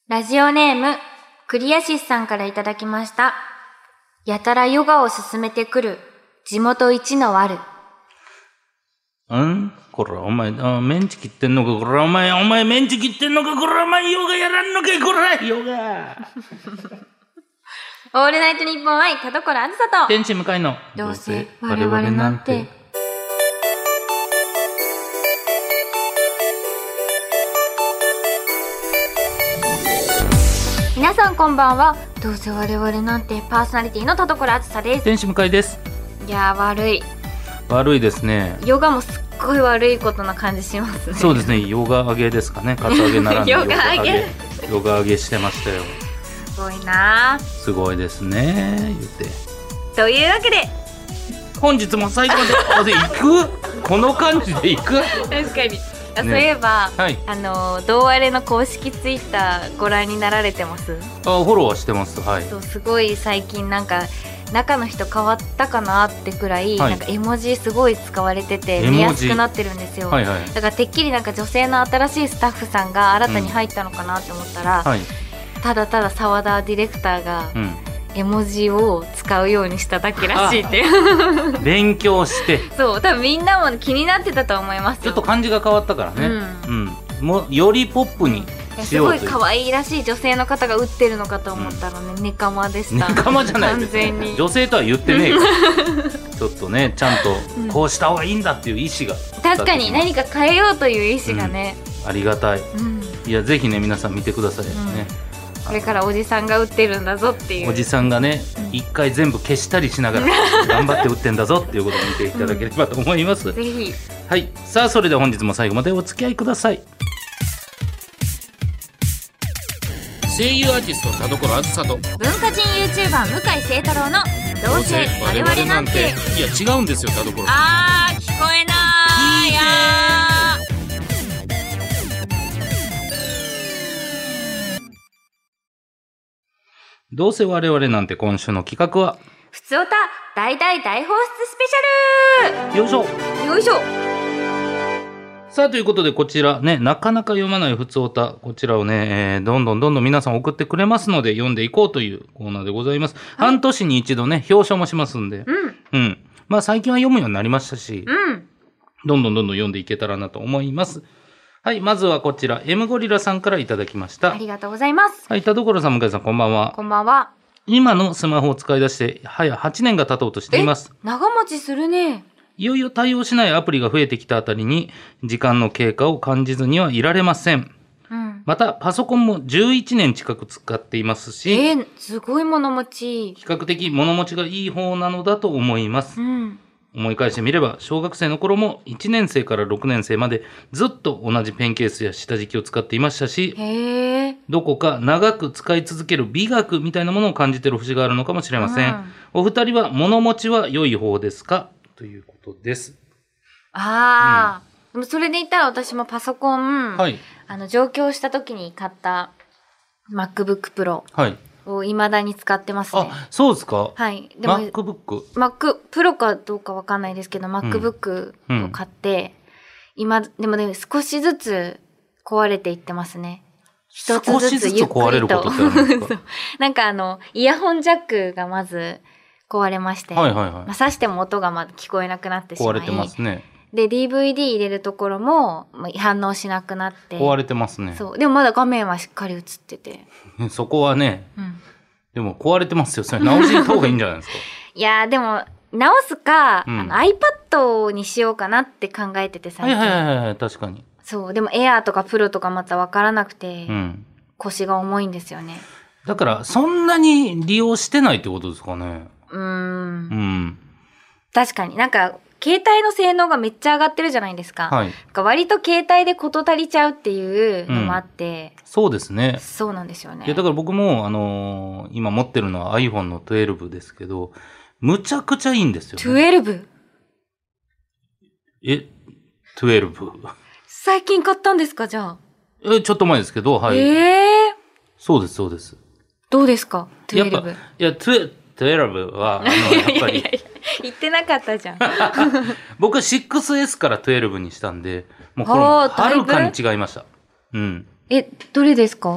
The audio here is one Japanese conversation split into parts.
ラジオネームクリアシスさんからいただきました。やたらヨガを勧めてくる地元一の悪。 こらお前メンチ切ってんのか、こらお前メンチ切ってんのか、こらお前ヨガやらんのかい、こらヨガオールナイトニッポン愛田所あずさと天使向かいのどうせ我々なんて。皆さんこんばんは。どうせ我々なんてパーソナリティの田所あずさです。 天使向かいです。 いやー悪いですね。 ヨガもすっごい悪いことな感じしますね。 そうですね、ヨガ上げですかね。カツ上げならぬヨガ上げヨガ上げしてましたよ。 すごいなー、 すごいですね言ってというわけで本日も最後まで行くこの感じで行く確かに、そういえば、 はい、 どうあれの公式ツイッターご覧になられてます？ フォローはしてます。はい。 そう、すごい最近なんか中の人変わったかなってくらい、 はい、 なんか絵文字すごい使われてて見やすくなってるんですよ。 はいはい、 だからてっきりなんか女性の新しいスタッフさんが新たに入ったのかなって思ったら、 はい、 ただただ澤田ディレクターが、絵文字を使うようにしただけらしいって勉強してそう多分みんなも気になってたと思いますよ。 ちょっと漢字が変わったからね、もうよりポップにしようという。 すごい可愛いらしい女性の方が打ってるのかと思ったらね、ネカマでした。 ネカマじゃない完全に女性とは言ってねえからちょっとねちゃんとこうした方がいいんだっていう意思が、 確かに何か変えようという意思がね、 ありがたい、いやぜひね皆さん見てくださいね、 これからおじさんが打ってるんだぞっていう、 おじさんがね一回全部消したりしながら頑張って打ってんだぞっていうことを見ていただければと思います、 ぜひ。 はい、さあそれでは本日も最後までお付き合いください。声優アーティスト田所あずさと文化人 YouTuber 向井聖太郎のどうせ我々なんて。 いや違うんですよ田所。 聞こえないやどうせ我々なんて。今週の企画はふつおた大放出スペシャル。 よいしょよいしょ。 さあということでこちらね、なかなか読まないふつおた、こちらをね、どんどん皆さん送ってくれますので読んでいこうというコーナーでございます。半年に一度ね表彰もしますんで、まあ最近は読むようになりましたし、どんどん読んでいけたらなと思います。はい、まずはこちら M ゴリラさんからいただきました。 ありがとうございます。 はい、田所さん向井さんこんばんは。 こんばんは。 今のスマホを使い出して早8年が経とうとしています。 長持ちするね。 いよいよ対応しないアプリが増えてきたあたりに時間の経過を感じずにはいられません。またパソコンも11年近く使っていますし、 すごい物持ち。 比較的物持ちがいい方なのだと思います。思い返してみれば小学生の頃も1年生から6年生までずっと同じペンケースや下敷きを使っていましたし、どこか長く使い続ける美学みたいなものを感じている節があるのかもしれません。お二人は物持ちは良い方ですかということです。 でもそれで言ったら私もパソコン、上京した時に買った MacBook Pro を未だに使ってますね。 そうですか。 はい。でも Mac Pro かどうかわかんないですけど、MacBook を買って、でもね少しずつ壊れていってますね。一つずつゆっくりと。なんかイヤホンジャックがまず壊れまして、挿しても音がまだ聞こえなくなってしまい、 壊れてますね。 で DVD 入れるところも反応しなくなって壊れてますね。 そうでもまだ画面はしっかり映っててそこはね、でも壊れてますよ。それ直した方がいいんじゃないですか。 いやでも直すか、iPad にしようかなって考えてて最近。 確かに。 そうでも Air とか Pro とかまた分からなくて、腰が重いんですよね。 だからそんなに利用してないってことですかね。 確かになんか携帯の性能がめっちゃ上がってるじゃないですか。割と携帯で事足りちゃうっていうのもあって、 そうですね。 そうなんですよね。 いやだから僕も今持ってるのは iPhone の12ですけど、むちゃくちゃいいんですよ、ね。 12？ 12。 最近買ったんですかじゃあ。 ちょっと前ですけど、はい。そうですそうです。 どうですか12？ やっぱいや12はやっぱり言ってなかったじゃん。 僕は 6S から12にしたんで、もうこれはるかに違いました。 どれですか？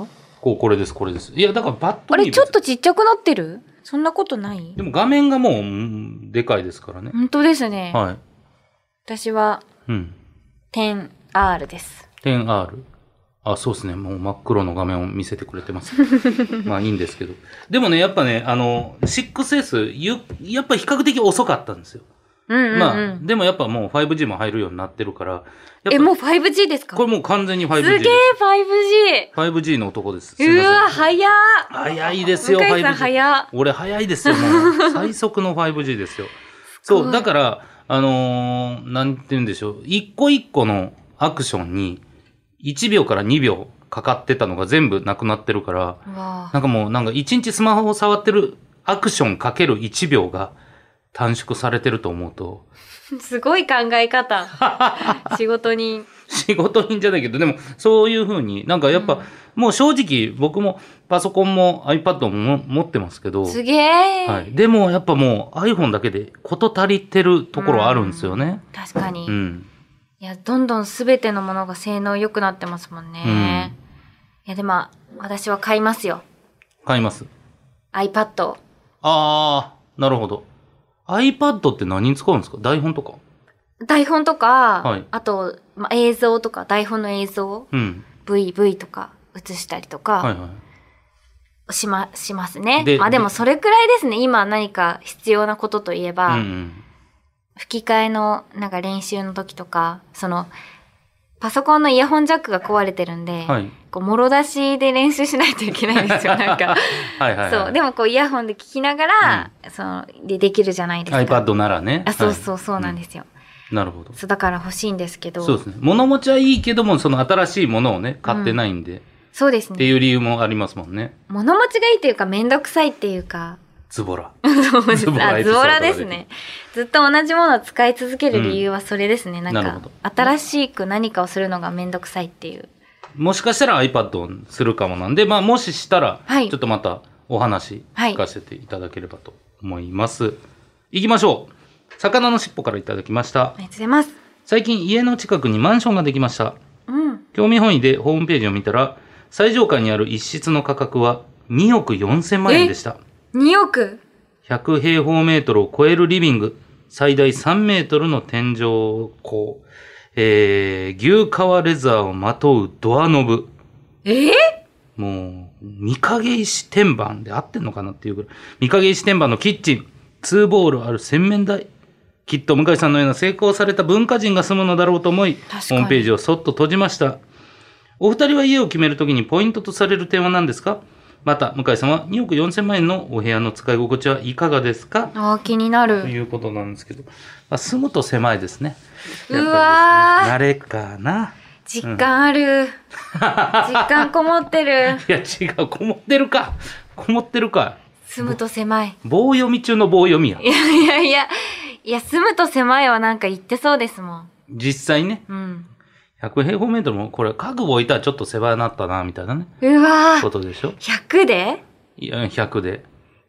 これです、これです。いや、だからバットあれ、ちょっとちっちゃくなってる？そんなことない？ でも画面がもう、でかいですからね。 本当ですね。 はい。 私は、10R です。 10R。あ、そうですね。もう真っ黒の画面を見せてくれてます。まあいいんですけど。でもね、やっぱね、6S、やっぱ比較的遅かったんですよ。まあ、でもやっぱもう 5G も入るようになってるから。 もう 5G ですか？ これもう完全に 5G です。 すげえ 5G。 5G の男です。 うわ、早っ。 早いですよ、 向井さん早っ。 俺早いですよ、もう。最速の 5G ですよ。そう、だから、なんて言うんでしょう。一個一個のアクションに1秒から2秒かかってたのが全部なくなってるから、なんかもう、なんか1日スマホを触ってるアクションかける1秒が短縮されてると思うと。 すごい考え方。仕事人じゃないけど、でもそういう風に、なんかやっぱ、もう正直僕もパソコンも iPad も持ってますけど。 すげえ。 はい。でもやっぱもう iPhone だけで事足りてるところあるんですよね。 確かに。いや、どんどん全てのものが性能良くなってますもんね。いや、でも、私は買いますよ。 買います。 iPad。 あー、なるほど。iPad って何に使うんですか？台本とか？ 台本とか、 はい、 あと、映像とか、台本の映像、V とか映したりとか、しますね。でもそれくらいですね。今何か必要なことといえば、吹き替えのなんか練習の時とか、パソコンのイヤホンジャックが壊れてるんで、こうもろ出しで練習しないといけないんですよ、なんか。そう。でもこうイヤホンで聞きながら、できるじゃないですか。 iPad ならね。 そうなんですよ。 なるほど。 そう、だから欲しいんですけど。 そうですね。物持ちはいいけども、その新しいものをね、買ってないんで。 そうですね。 っていう理由もありますもんね。 物持ちがいいっていうか、めんどくさいっていうか。 ズボラ。 そうです。ズボラですね。ずっと同じものを使い続ける理由はそれですね。なんか、新しく何かをするのがめんどくさいっていう。 もしかしたら iPad をするかもなんで、まあもししたら、ちょっとまたお話聞かせていただければと思います。行きましょう。魚のしっぽからいただきました。 ありがとうございます。 最近家の近くにマンションができました。興味本位でホームページを見たら、最上階にある一室の価格は2億4000万円でした。 2億 ?100 平方メートルを超えるリビング、最大3メートルの天井高、牛革レザーをまとうドアノブ。もう、御影石天板で合ってんのかなっていうぐらい。御影石天板のキッチン、2ボールある洗面台。きっと向井さんのような成功された文化人が住むのだろうと思い、ホームページをそっと閉じました。お二人は家を決めるときにポイントとされる点は何ですか？また、向井さんは2億4000万円のお部屋の使い心地はいかがですか？ 気になる。 ということなんですけど、住むと狭いですね。 うわー。慣れかな。 実感ある。実感こもってる。 いや、違う。こもってるか。 住むと狭い。 棒読み中の棒読みや。 いや、住むと狭いはなんか言ってそうですもん。 実際ね。100平方メートルも、これ、家具置いたらちょっと狭くなったな、みたいなね。 うわー。 ことでしょ？ 100 で？ いや、100で。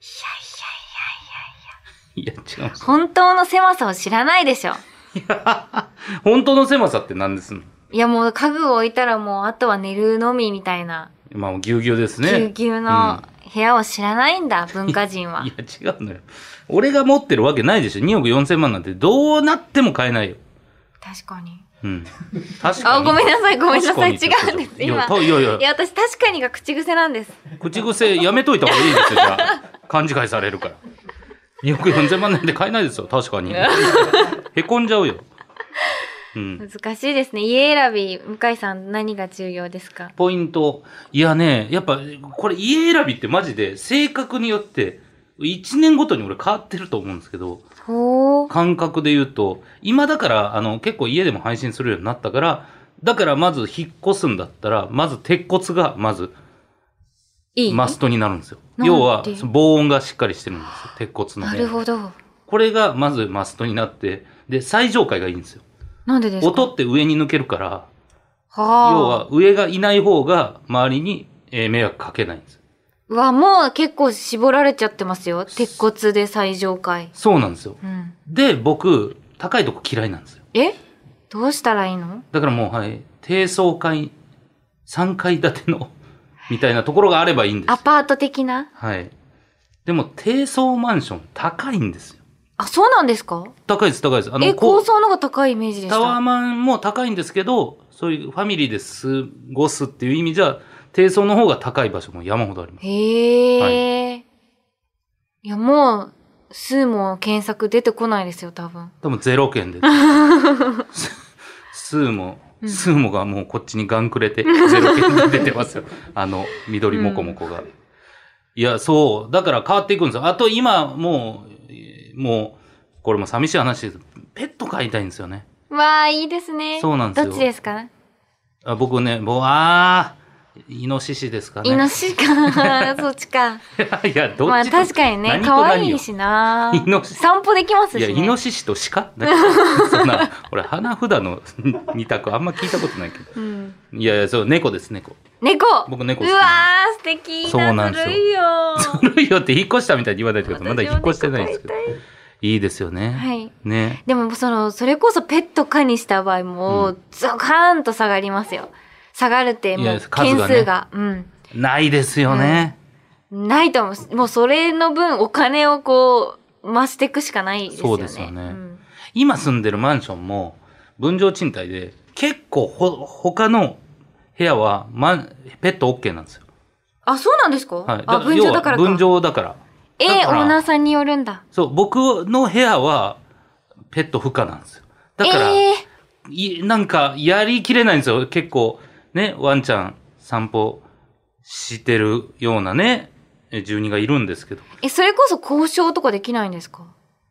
いや、違う。 本当の狭さを知らないでしょ。 いや、本当の狭さって何ですの？ いや、もう家具を置いたらもう、あとは寝るのみみたいな。 まあ、ぎゅうぎゅうですね。 ぎゅうぎゅうの部屋を知らないんだ、文化人は。 いや、違うのよ。俺が持ってるわけないでしょ。2億4000万なんてどうなっても買えないよ。 確かに。 確かに。 ごめんなさい、違うんです。今。いや、私確かにが口癖なんです。 口癖やめといた方がいいですよ、じゃあ。勘違いされるから。2億4000万なんて買えないですよ、確かに。へこんじゃうよ。 難しいですね。家選び、向井さん何が重要ですか？ ポイント。いやね、やっぱ、これ家選びってマジで性格によって、1年ごとに俺変わってると思うんですけど、感覚で言うと、今だから結構家でも配信するようになったから、だからまず引っ越すんだったら、まず鉄骨がまずマストになるんですよ。要は防音がしっかりしてるんですよ、鉄骨の。 なるほど。 これがまずマストになって、で、最上階がいいんですよ。 なんでですか？ 音って上に抜けるから、要は上がいない方が周りに迷惑かけないんですよ。 うわ、もう結構絞られちゃってますよ。鉄骨で最上階。 そうなんですよ。で、僕、高いとこ嫌いなんですよ。 どうしたらいいの？ だからもう、低層階、3階建てのみたいなところがあればいいんです。 アパート的な。 はい。でも低層マンション高いんですよ。 あ、そうなんですか？ 高いです、高いです。 高層の方が高いイメージでした。 タワーマンも高いんですけど、そういうファミリーで過ごすっていう意味じゃ、低層の方が高い場所も山ほどあります。 へえ、はい。いや、もう、数も検索出てこないですよ、多分 0件で。数もがもうこっちにガンくれて、0件で出てますよ。緑もこもこが。いや、そう。だから変わっていくんですよ。あと今、もう、これも寂しい話です。ペット飼いたいんですよね。 わあ、いいですね。 そうなんですよ。 どっちですか？ 僕ね、イノシシですかね。 イノシシか。そっちか。 いや、どっち。 まあ確かにね、可愛いしな。散歩できますしね。 いや、イノシシと鹿そんな、俺、花札の二択あんま聞いたことないけど。うん、いや、そう、猫です、猫。僕、猫好き。 うわー、素敵。そうなんですよ。ずるいよ。 ずるいよって引っ越したみたいに言わないでください。まだ引っ越してないんですけど。いいですよね。 はい。 ね。 でも、それこそペット可にした場合も、ゾカーンと下がりますよ。下がるって、もう、件数が。うん。 ないですよね。 ないと思う。もう、それの分、お金をこう、増していくしかないですよね。 そうですよね。今住んでるマンションも、分譲賃貸で、結構他の部屋は、ペット OK なんですよ。 あ、そうなんですか？はい。 分譲だからか。分譲だから。 オーナーさんによるんだ。 そう、僕の部屋は、ペット不可なんですよ。だから、なんか、やりきれないんですよ。結構、ね、ワンちゃん散歩してるようなね、住人がいるんですけど。 それこそ交渉とかできないんですか？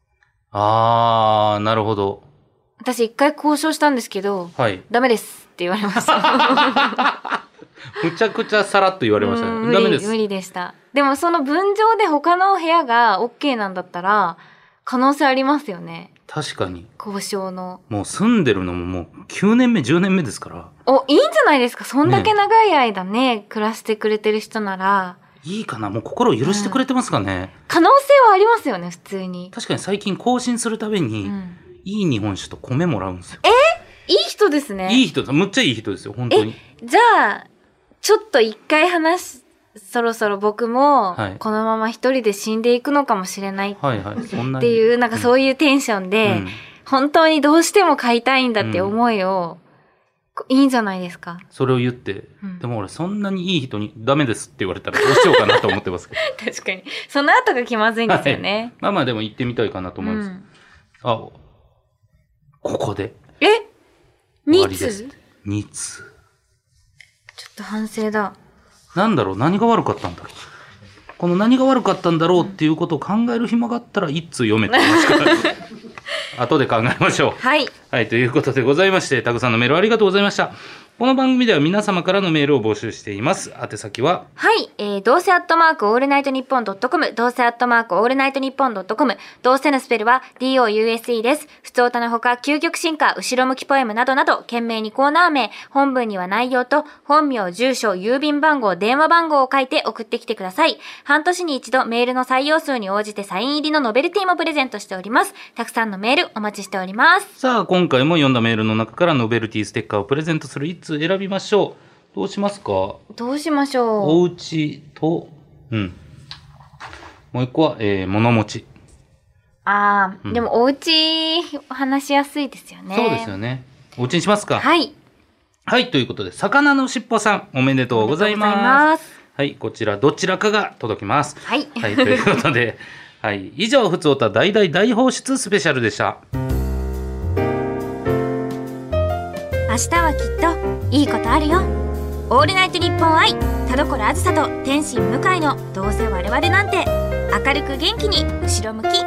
なるほど。 私一回交渉したんですけど、はい。ダメですって言われました。 むちゃくちゃさらっと言われましたね。ダメです。 無理でした。でもその分譲で他の部屋が OK なんだったら、可能性ありますよね。 確かに。 交渉の。 もう住んでるのももう9年目、10年目ですから。 いいんじゃないですか。そんだけ長い間ね、暮らしてくれてる人なら。 いいかな、もう心を許してくれてますかね。 可能性はありますよね、普通に。 確かに最近更新するたびに、いい日本酒と米もらうんですよ。 いい人ですね。 いい人、むっちゃいい人ですよ、本当に。 じゃあ、ちょっと一回そろそろ僕も、このまま一人で死んでいくのかもしれないっていう、なんかそういうテンションで、本当にどうしても飼いたいんだって思いを、いいんじゃないですか。 それを言って、でも俺そんなにいい人にダメですって言われたらどうしようかなと思ってますけど。 確かに。その後が気まずいんですよね。 まあでも行ってみたいかなと思います。ここで。 2通 ?2 通。 ちょっと反省だ。 なんだろう、何が悪かったんだろう。この何が悪かったんだろうっていうことを考える暇があったら1通読めって言いますから。後で考えましょう。 はい。 はい、ということでございまして、たくさんのメールありがとうございました。この番組では皆様からのメールを募集しています。宛先ははい、どうせオールナイトニッポン.com、どうせオールナイトニッポン.com、どうせのスペルは DOUSE です。普通歌のほか、究極進化、後ろ向きポエムなどなど、懸命にコーナー名、本文には内容と、本名、住所、郵便番号、電話番号を書いて送ってきてください。半年に一度、メールの採用数に応じてサイン入りのノベルティもプレゼントしております。たくさんのメールお待ちしております。 さあ、今回も読んだメールの中からノベルティステッカーをプレゼントする1通選びましょう。どうしますか？ どうしましょう。 お家と、もう一個は、物持ち。 でもお家話しやすいですよね。 そうですよね。お家にしますか？ はい。 はい、ということで、魚のしっぽさん、おめでとうございます。はい、こちらどちらかが届きます。 はい。 はい、ということで、はい、以上、ふつおた大大大放出スペシャルでした。 明日はきっといいことあるよ。オールナイトニッポン愛、田所あずさと天心向井のどうせ我々なんて、明るく元気に後ろ向き。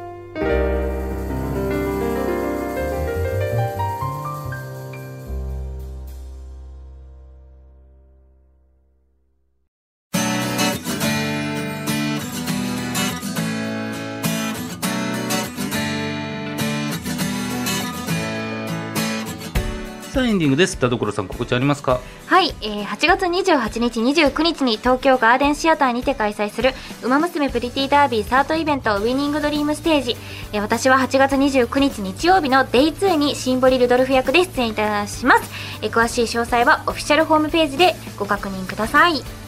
さあエンディングです。田所さん、告知ありますか？ はい、8月28日29日に東京ガーデンシアターにて開催するウマ娘プリティダービーサートイベントウィニングドリームステージ、私は8月29日日曜日のデイ2にシンボリルドルフ役で出演いたします。詳しい詳細はオフィシャルホームページでご確認ください。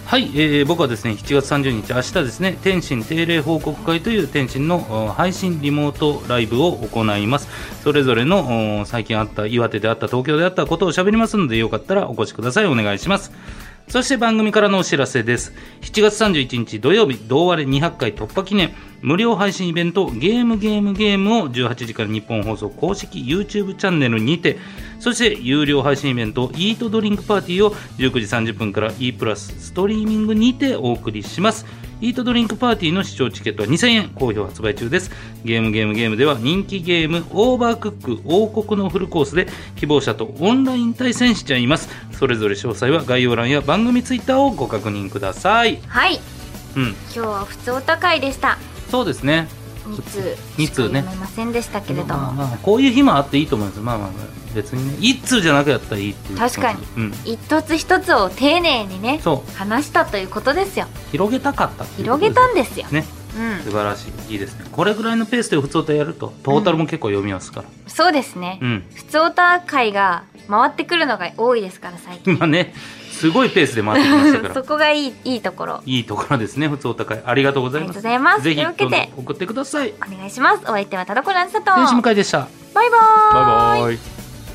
はい、僕はですね7月30日明日ですね天津定例報告会という天津の配信リモートライブを行います。それぞれの最近あった岩手であった東京であったことを喋りますので、よかったらお越しください。お願いします。そして番組からのお知らせです。7月31日土曜日、同割れ200回突破記念無料配信イベントゲームを18時から日本放送公式 YouTube チャンネルにて、そして有料配信イベントイートドリンクパーティーを19時30分から E プラスストリーミングにてお送りします。イートドリンクパーティーの視聴チケットは2000円好評発売中です。ゲームでは人気ゲームオーバークック王国のフルコースで希望者とオンライン対戦しちゃいます。それぞれ詳細は概要欄や番組ツイッターをご確認ください。 はい、今日は普通お高いでした。 そうですね、 2通しか読めませんでしたけれども、 こういう日もあっていいと思います。別にね1通じゃなくやったらいいっていう。 確かに、一つ一つを丁寧にね話したということですよ。 広げたかったっていうことです。 広げたんですよね。 素晴らしい、いいですね。これぐらいのペースで普通歌やるとトータルも結構読みますから、 そうですね、普通歌会が回ってくるのが多いですから最近。 今ねすごいペースで回ってきましたからそこがいいところ。 いいところですね。普通お高いありがとうございます。 ありがとうございます。 ぜひというわけで送ってください。 お願いします。お相手は田所あずさと天使向井でした。 バイバーイ。 バイバイ。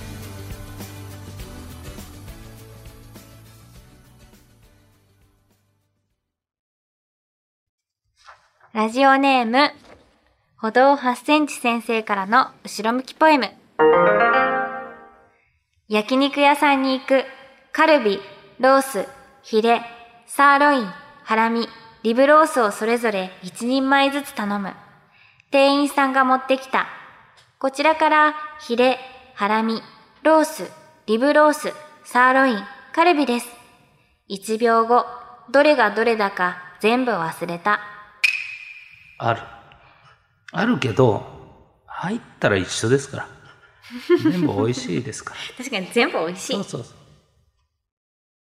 ラジオネーム歩道8センチ先生からの後ろ向きポエム。焼肉屋さんに行く。カルビ、ロース、ヒレ、サーロイン、ハラミ、リブロースをそれぞれ一人前ずつ頼む。店員さんが持ってきた。こちらからヒレ、ハラミ、ロース、リブロース、サーロイン、カルビです。1秒後、どれがどれだか全部忘れた。 あるけど入ったら一緒ですから全部美味しいですから確かに全部美味しい。 そう